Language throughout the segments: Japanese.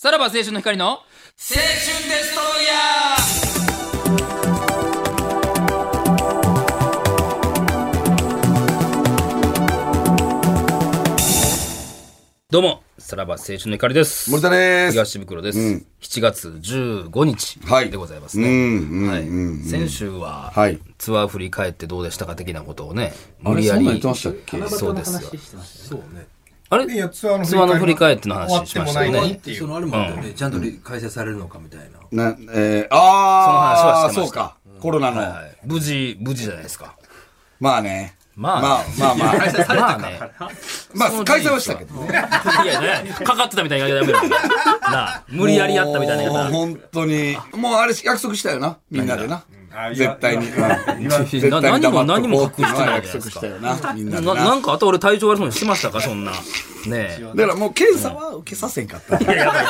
さらば青春の光の青春デストロイヤー。どうもさらば青春の光です。 森田です。 東袋です、7月15日でございますね。先週は、ツアー振り返ってどうでしたか的なことをね、無理やり。そうですよ。そうね。あれツアーの振り返っての話しましたよね。 そのあれもあったよね、ちゃんと開催されるのかみたいな。 その話はしてました。 そうか。コロナの、 無事じゃないですか。 まあね。まあ開催されたね。 まあ開催はしたけどね。 いやね、かかってたみたいな言い方やめろ。なあ、無理やりやったみたいな言い方。 本当にもうあれ約束したよな、みんなでな。絶対に。 何も隠してない約束したよな、みんなでな。 なんかあと俺体調悪そうにしてましたか、そんな。ねえ。 だからもう検査は受けさせんかった。 いや、やばい。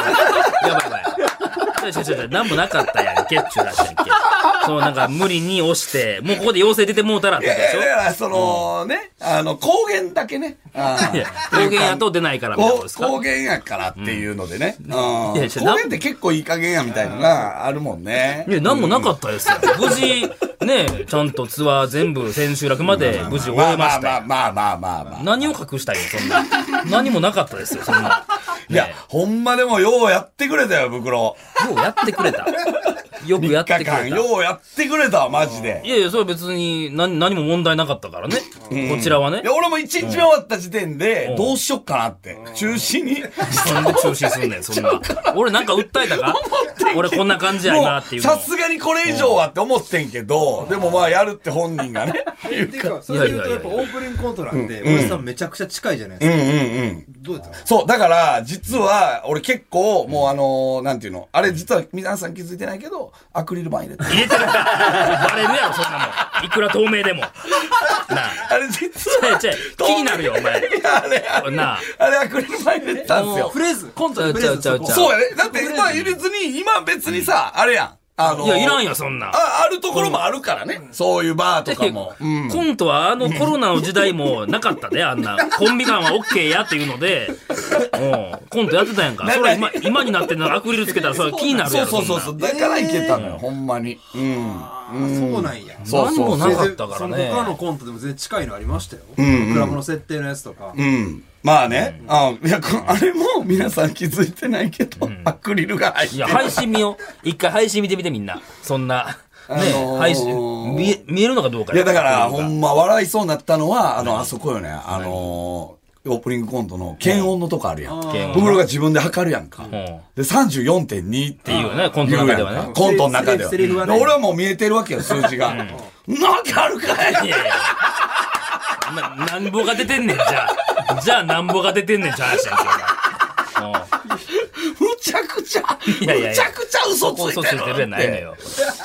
なんもなかったやんけっちゅうらしいんけ。そう、なんか無理に押して、もうここで陽性出てもうたらってことでしょ。 だからそのね、抗原だけね。 抗原やと出ないからみたいなことですか。 抗原やからっていうのでね。抗原って結構いい加減やみたいなのがあるもんね。 いや、なんもなかったですよ。無事、ね、ちゃんとツアー全部千秋楽まで無事終えましたよ。 まあ。 何を隠したいよ、そんな。何もなかったですよ、そんな。 いや、ほんまでもようやってくれたよ、袋。 ようやってくれた。よくやってくれた。 3日間、ようやってくれた、マジで。 いや、それ別に何も問題なかったからね。こちらはね。 いや、俺も1日目終わった時点で、どうしよっかなって。中止に。 なんで中止すんねん、そんな。俺なんか訴えたか俺こんな感じやなっていうの。 さすがにこれ以上はって思ってんけど、でもまあやるって本人がね。 それで言うとやっぱオープニングコントなんで、俺さんめちゃくちゃ近いじゃないですか。どうですか？ そう、だから、実は、俺結構、もうなんていうの、あれ実は皆さん気づいてないけど、アクリル板入れてる。 入れてるバレるやろ、そんなもん。いくら透明でも。なあ。 あれ実は。 気になるよ、お前。 あれアクリル板入れてたんですよ。 フレーズ、コントのフレーズ。 そうやね。だって、今別にさ、あれやん。 いや、いらんよ、そんな。 あるところもあるからね。そういうバーとかも。 コントはコロナの時代もなかったで、あんな。コンビ感は OK やっていうので、コントやってたやんか。それ今になってアクリルつけたらそれ気になるやろ。 そう。だからいけたのよ、ほんまに。 そうなんや。 何もなかったからね。 他のコントでも全然近いのありましたよ。クラブの設定のやつとか。 まあね。いや、あれも皆さん気づいてないけど、アクリルが入ってる。 いや、配信見よう。一回配信見てみてみんな。そんな。ね、配信、見えるのかどうか。 いや、だから、ほんま笑いそうになったのは、あそこよね。オープニングコントの検温のとこあるやん。袋が自分で測るやんか。で、34.2 っていうね、 コントの中ではね。 コントの中では。俺はもう見えてるわけよ、数字が。なんかあるかい。 なんぼが出てんねん、じゃあなんぼが出てんねん、じゃあ話やんけ。 むちゃくちゃ嘘ついてる。 嘘ついてるやないのよ。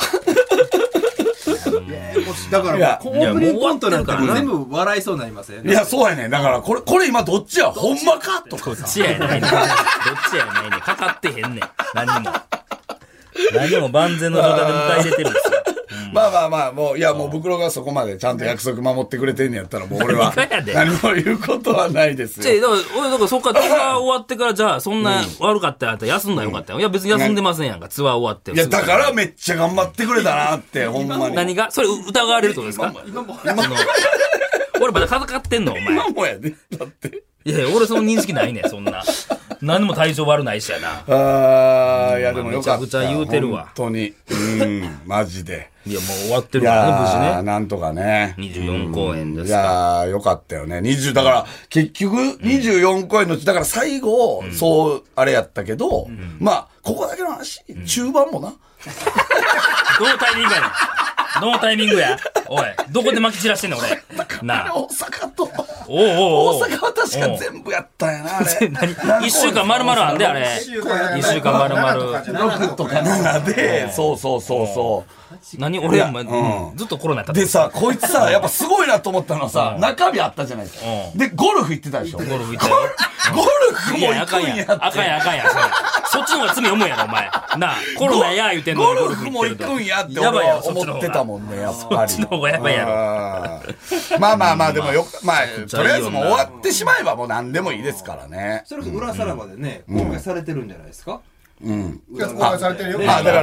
だからオープニングコントなんか全部笑いそうになりますよね。 いや、そうやね。だからこれ今どっちや、ほんまかとか。 どっちやないねん。かかってへんねん。何も万全の状態で迎え入れてるんですよ。 まあ、もう袋がそこまでちゃんと約束守ってくれてんねやったら、もう俺は何も言うことはないですよ。 だからそっからツアー終わってから、じゃあそんな悪かったら休んだらよかったよ。いや別に休んでませんやんか、ツアー終わって。 いや、だからめっちゃ頑張ってくれたなって、ほんまに。 何がそれ疑われるってことですか？俺まだ戦ってんのお前。 今もやで。だって。 いや、俺その認識ないねん、そんな。何も体調悪ないしやな。 いやでもよかった。 めちゃくちゃ言うてるわ。 本当に。マジで。 いや、もう終わってるからね、無事ね。 なんとかね。 24公演ですか。いやよかったよね。だから、結局、24公演のうち、だから最後、あれやったけど、まあ、ここだけの話、中盤もな。 どのタイミングやねん。どのタイミングやおい、どこで巻き散らしてんの俺。 なあ。大阪と。 大阪は確か全部やったんやな、あれ。 一週間丸々あんで、あれ。一週間丸々。 6とか7で、そう。 何俺、ずっとコロナやったでさ、こいつさ、やっぱすごいなと思ったのはさ、中日あったじゃないですか。で、ゴルフ行ってたでしょ。ゴルフ行ってたゴルフも行くんやって。 あかんや。そっちの方が罪重いやろ、お前。なあ、コロナや言うてんのゴルフも行くんやって俺は思ってたもんね、やっぱり。 そっちの方がやばいやろ。 まあ、でもとりあえずもう終わってしまえばもう何でもいいですからね。 それこそ裏さらばでね、公開されてるんじゃないですか？ 公開されてるよ。 だから、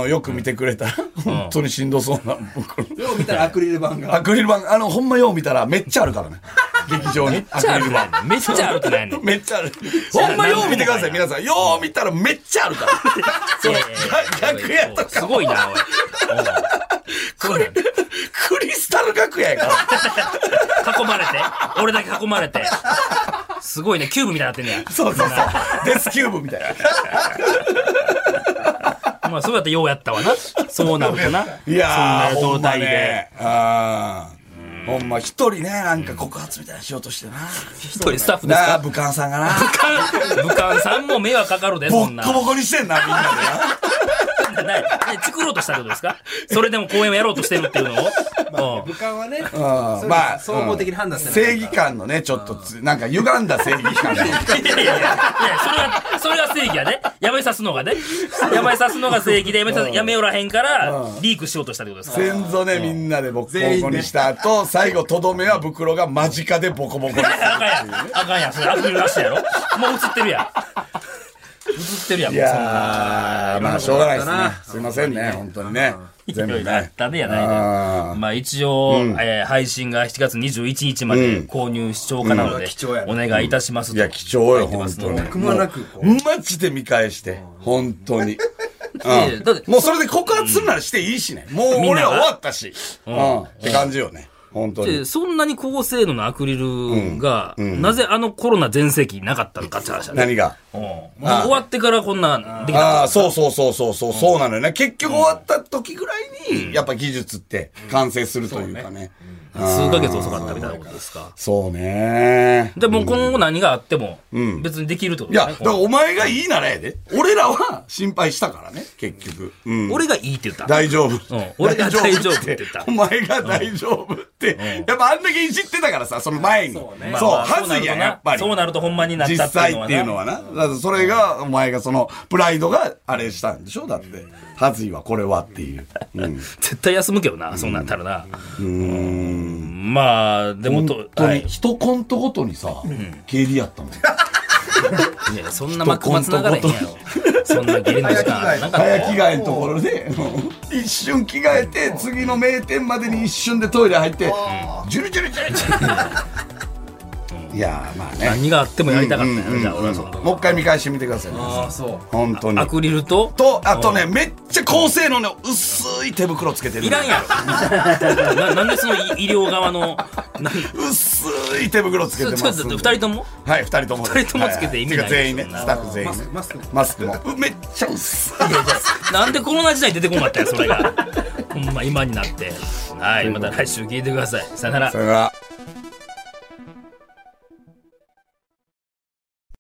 よく見てくれたら、本当にしんどそうな。よう見たらアクリル板が。 アクリル板、ほんまよう見たらめっちゃあるからね。劇場に。アクリル板。 めっちゃあるってないねん。 めっちゃある。ほんまよう見てください、皆さん。よう見たらめっちゃあるから。楽屋とか。 すごいな、おい。 クリスタル楽屋やから。 囲まれて、俺だけ囲まれて。すごいね、キューブみたいになってんねや。 そうそうそう。デスキューブみたいな。 まあそうやってようやったわな。そうなるとな。 いやー、 そんな状態で。 ほんま一人ね、なんか告発みたいなしようとしてな。 一人スタッフですか？ 武漢さんがな。 武漢さんも迷惑かかるで、そんな。 ボッコボコにしてんな、みんなでな。 作ろうとしたってことですか？それでも公演をやろうとしてるっていうのを。 武漢はね、 まあ、 総合的に判断してない。 正義感のね、ちょっとなんか歪んだ正義感が。いや、 それが正義やで。やめさすのがね。やめさすのが正義で、やめよらへんから、リークしようとしたってことですか？ 先祖ね、みんなでボコボコにした後、最後、とどめは袋が間近でボコボコにする。 あかんやん。それアクリルなしやろ？もう映ってるやん。映ってるやん。 いやー、まあ、しょうがないですね。すいませんね、本当にね。全部ね。 あったでやないで。まあ一応、配信が7月21日まで購入視聴可なので、お願いいたしますと。 いや、貴重よ、本当に。 くまなく。 マジで見返して、本当に。もうそれで告発するならしていいしね。もう俺は終わったし。って感じよね。本当に。 そんなに高性能なアクリルが、なぜコロナ全盛期なかったのかって話だね。 何が終わってからこんなできた。 そうなのよね。結局終わった時ぐらいに、やっぱ技術って完成するというかね。 数ヶ月遅かったみたいなことですか。 そうね。 でも今後何があっても、別にできるってことですね。 いや、だからお前がいいならやで。俺らは心配したからね、結局。 俺がいいって言った。 大丈夫。 俺が大丈夫って言った。 お前が大丈夫って。やっぱあんだけいじってたからさ、その前に。そう、はずいやん、やっぱり。 そうなるとほんまになっちゃった実際っていうのはな。だからそれが、お前がその、プライドがあれしたんでしょだって。はずいわ、これはっていう。 絶対休むけどな、そうなったらな。まあ、でも本当に、一コントごとにさ、経理やったもん。 いや、そんな幕末流れへんやろ。そんなゲリの時間なかった。 早着替えのところで、一瞬着替えて、次の名店までに一瞬でトイレ入って、ジュルジュルジュルジュル。いやまあね。 何があってもやりたかったんやろ、じゃあ俺はそんな。 もう一回見返してみてくださいね。 ああ、そう。 本当に。 アクリルと、 あとね、めっちゃ高性能の薄い手袋つけてる。 いらんやろ。なんでその医療側の、 薄い手袋つけてます。 二人とも？ はい、二人とも。 二人ともつけて意味ない。 全員ね、スタッフ全員ね。マスクも。めっちゃ薄い。 なんでコロナ時代出てこなかったよ、それが。ほんま今になって。はい、また来週聞いてください。さよなら。 さよなら。